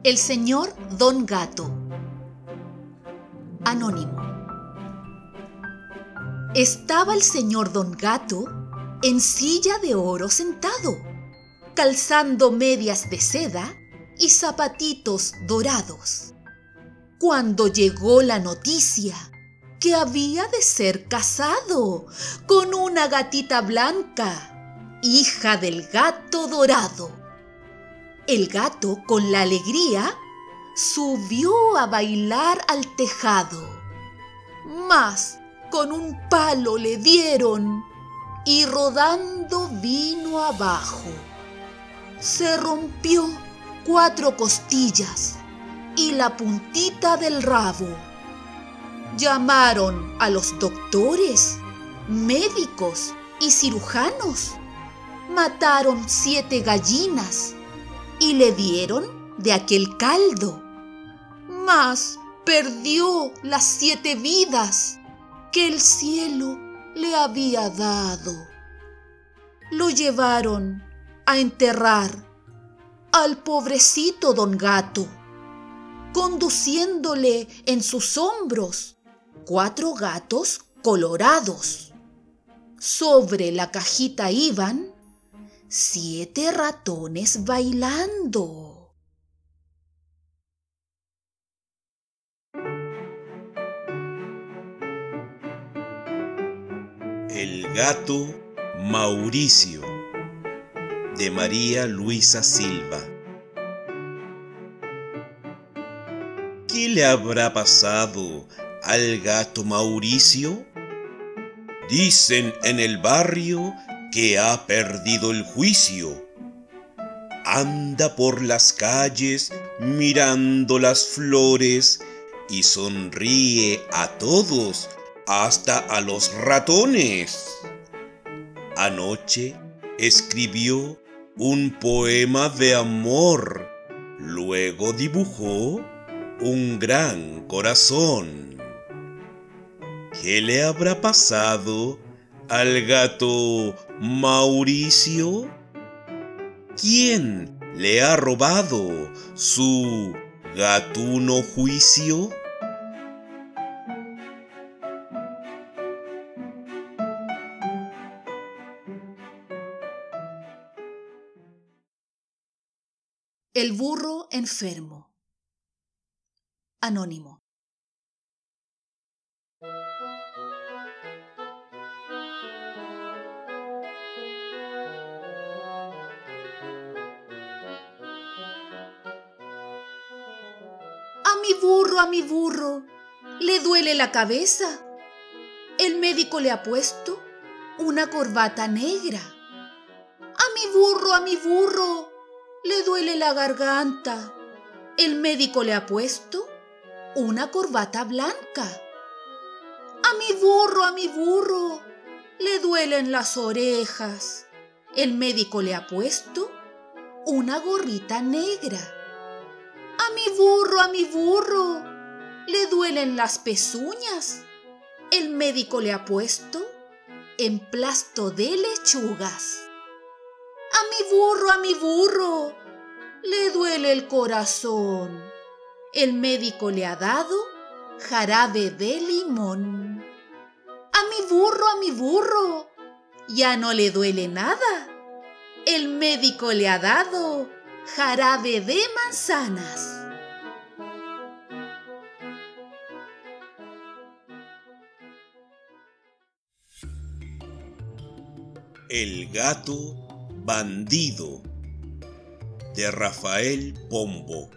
El señor Don Gato. Anónimo. Estaba el señor Don Gato en silla de oro sentado, calzando medias de seda y zapatitos dorados, cuando llegó la noticia que había de ser casado con una gatita blanca, hija del gato dorado. El gato, con la alegría, subió a bailar al tejado, mas con un palo le dieron y rodando vino abajo. Se rompió 4 costillas y la puntita del rabo. Llamaron a los doctores, médicos y cirujanos. Mataron 7 gallinas y le dieron de aquel caldo. Mas perdió las 7 vidas que el cielo le había dado. Lo llevaron a enterrar al pobrecito Don Gato, conduciéndole en sus hombros 4 gatos colorados. Sobre la cajita iban 7 ratones bailando. El gato Mauricio, de María Luisa Silva. ¿Qué le habrá pasado al gato Mauricio? Dicen en el barrio que ha perdido el juicio. Anda por las calles mirando las flores y sonríe a todos, hasta a los ratones. Anoche escribió un poema de amor, luego dibujó un gran corazón. ¿Qué le habrá pasado al gato Mauricio? ¿Quién le ha robado su gatuno juicio? El burro enfermo. Anónimo. A mi burro, le duele la cabeza. El médico le ha puesto una corbata negra. A mi burro, le duele la garganta. El médico le ha puesto una corbata blanca. A mi burro, le duelen las orejas. El médico le ha puesto una gorrita negra. A mi burro, le duelen las pezuñas. El médico le ha puesto emplasto de lechugas. A mi burro, le duele el corazón. El médico le ha dado jarabe de limón. A mi burro, ya no le duele nada. El médico le ha dado jarabe de manzanas. El gato bandido, de Rafael Pombo.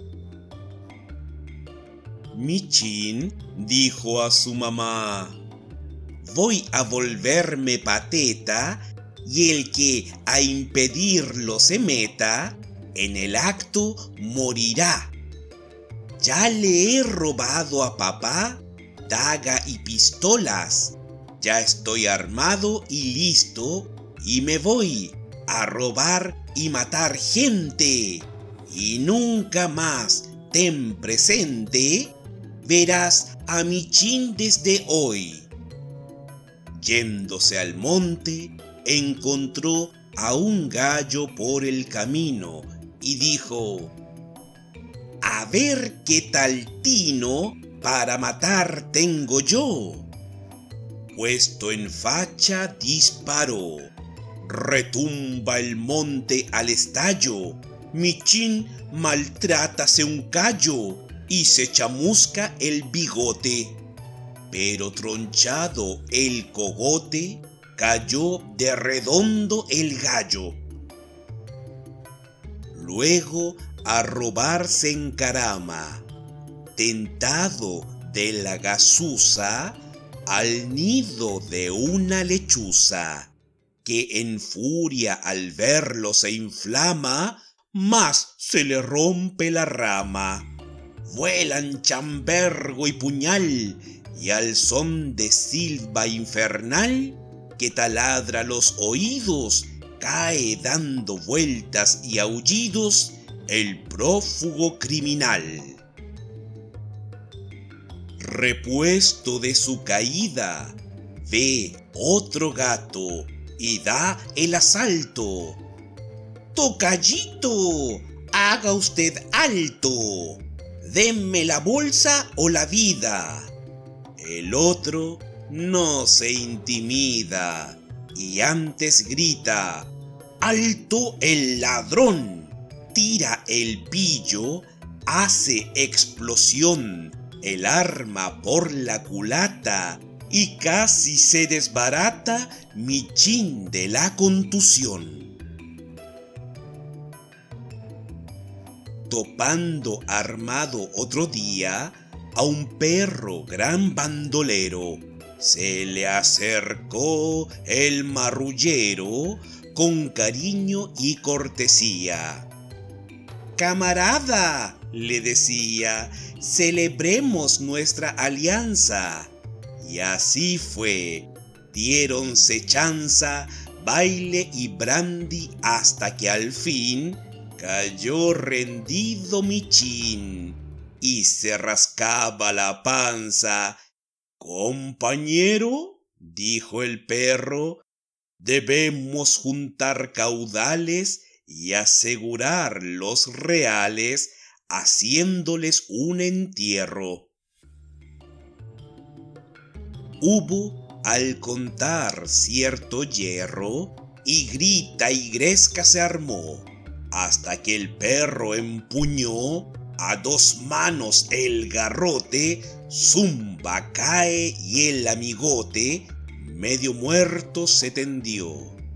Michín dijo a su mamá: voy a volverme pateta, y el que a impedirlo se meta, en el acto morirá. Ya le he robado a papá daga y pistolas. Ya estoy armado y listo, y me voy a robar y matar gente. Y nunca más ten presente, verás a Michín desde hoy. Yéndose al monte, encontró a un gallo por el camino y dijo: a ver qué tal tino para matar tengo yo. Puesto en facha disparó, retumba el monte al estallo, Michín maltrátase un callo y se chamusca el bigote. Pero tronchado el cogote, cayó de redondo el gallo. Luego a robar se encarama, tentado de la gazuza, al nido de una lechuza, que en furia al verlo se inflama, más se le rompe la rama. Vuelan chambergo y puñal, y al son de silba infernal, que taladra los oídos, cae dando vueltas y aullidos el prófugo criminal. Repuesto de su caída, ve otro gato y da el asalto. ¡Tocallito! ¡Haga usted alto! ¡Denme la bolsa o la vida! El otro no se intimida y antes grita: ¡alto el ladrón! Tira el pillo, hace explosión el arma por la culata y casi se desbarata Michín de la contusión. Topando armado otro día a un perro gran bandolero, se le acercó el marrullero con cariño y cortesía. «Camarada», le decía, «celebremos nuestra alianza». Y así fue, diéronse chanza, baile y brandy hasta que al fin cayó rendido Michín y se rascaba la panza. «Compañero», dijo el perro, «debemos juntar caudales y asegurar los reales haciéndoles un entierro». Hubo al contar cierto yerro y grita y gresca se armó, hasta que el perro empuñó a dos manos el garrote, zumba cae y el amigote medio muerto se tendió.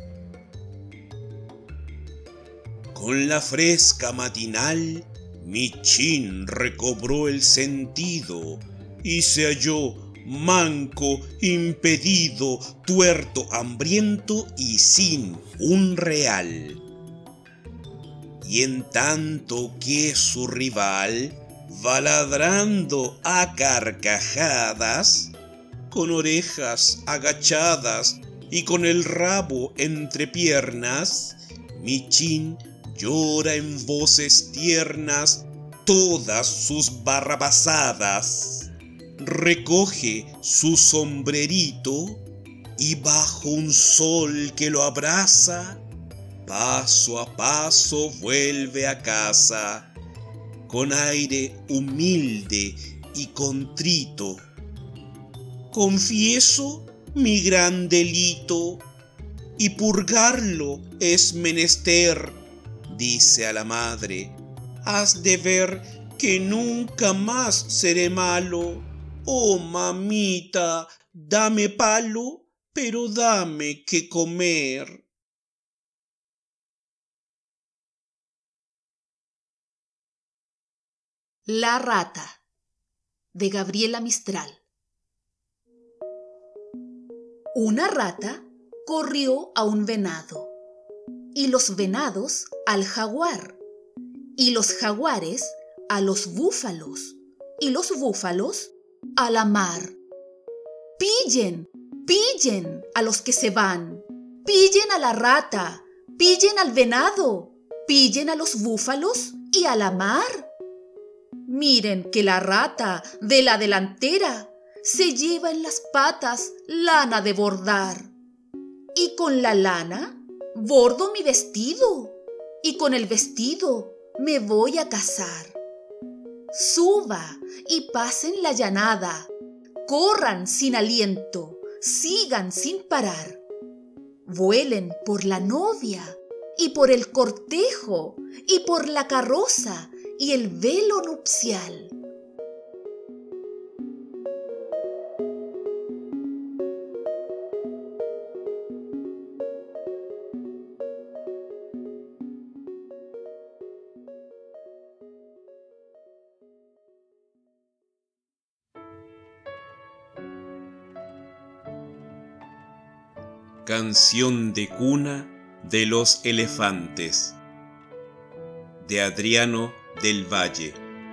Con la fresca matinal, Michín recobró el sentido y se halló manco, impedido, tuerto, hambriento y sin un real. Y en tanto que su rival va ladrando a carcajadas, con orejas agachadas y con el rabo entre piernas, Michín llora en voces tiernas todas sus barrabasadas. Recoge su sombrerito y bajo un sol que lo abraza, paso a paso vuelve a casa, con aire humilde y contrito. «Confieso mi gran delito, y purgarlo es menester», dice a la madre. «Has de ver que nunca más seré malo. Oh, mamita, dame palo, pero dame que comer». La rata, de Gabriela Mistral. Una rata corrió a un venado, y los venados al jaguar, y los jaguares a los búfalos, y los búfalos a la mar. «Pillen, pillen a los que se van, pillen a la rata, pillen al venado, pillen a los búfalos y a la mar. Miren que la rata de la delantera se lleva en las patas lana de bordar, y con la lana bordo mi vestido, y con el vestido me voy a casar. suba y pasen la llanada, corran sin aliento, sigan sin parar, vuelen por la novia y por el cortejo y por la carroza y el velo nupcial. Canción de cuna de los elefantes, de Adriano del Valle.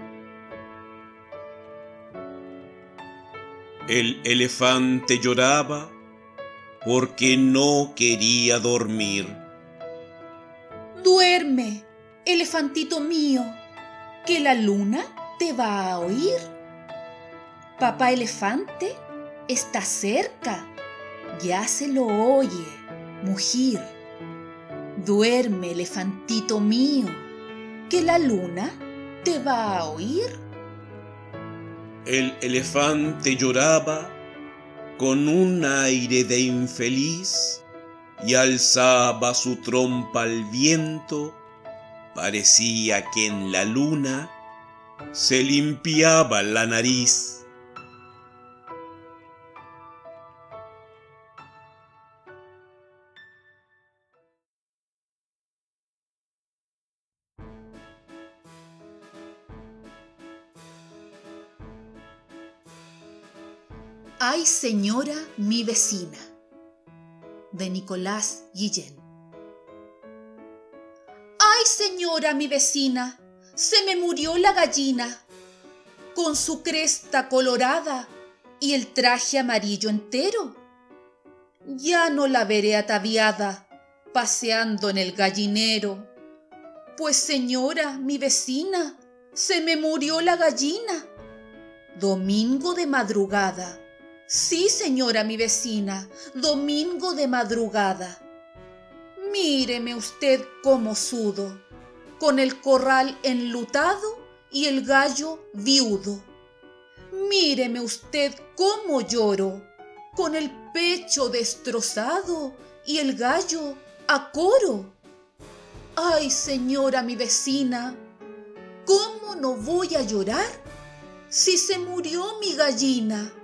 El elefante lloraba porque no quería dormir. Duerme, elefantito mío, que la luna te va a oír. Papá elefante está cerca, ya se lo oye mugir. Duerme, elefantito mío, que la luna te va a oír. El elefante lloraba con un aire de infeliz y alzaba su trompa al viento. Parecía que en la luna se limpiaba la nariz. Ay, señora, mi vecina, de Nicolás Guillén. Ay, señora, mi vecina, se me murió la gallina, con su cresta colorada y el traje amarillo entero. Ya no la veré ataviada, paseando en el gallinero. Pues, señora, mi vecina, se me murió la gallina. Domingo de madrugada. Sí, señora, mi vecina, domingo de madrugada. Míreme usted cómo sudo, con el corral enlutado y el gallo viudo. Míreme usted cómo lloro, con el pecho destrozado y el gallo a coro. Ay, señora, mi vecina, ¿cómo no voy a llorar si se murió mi gallina?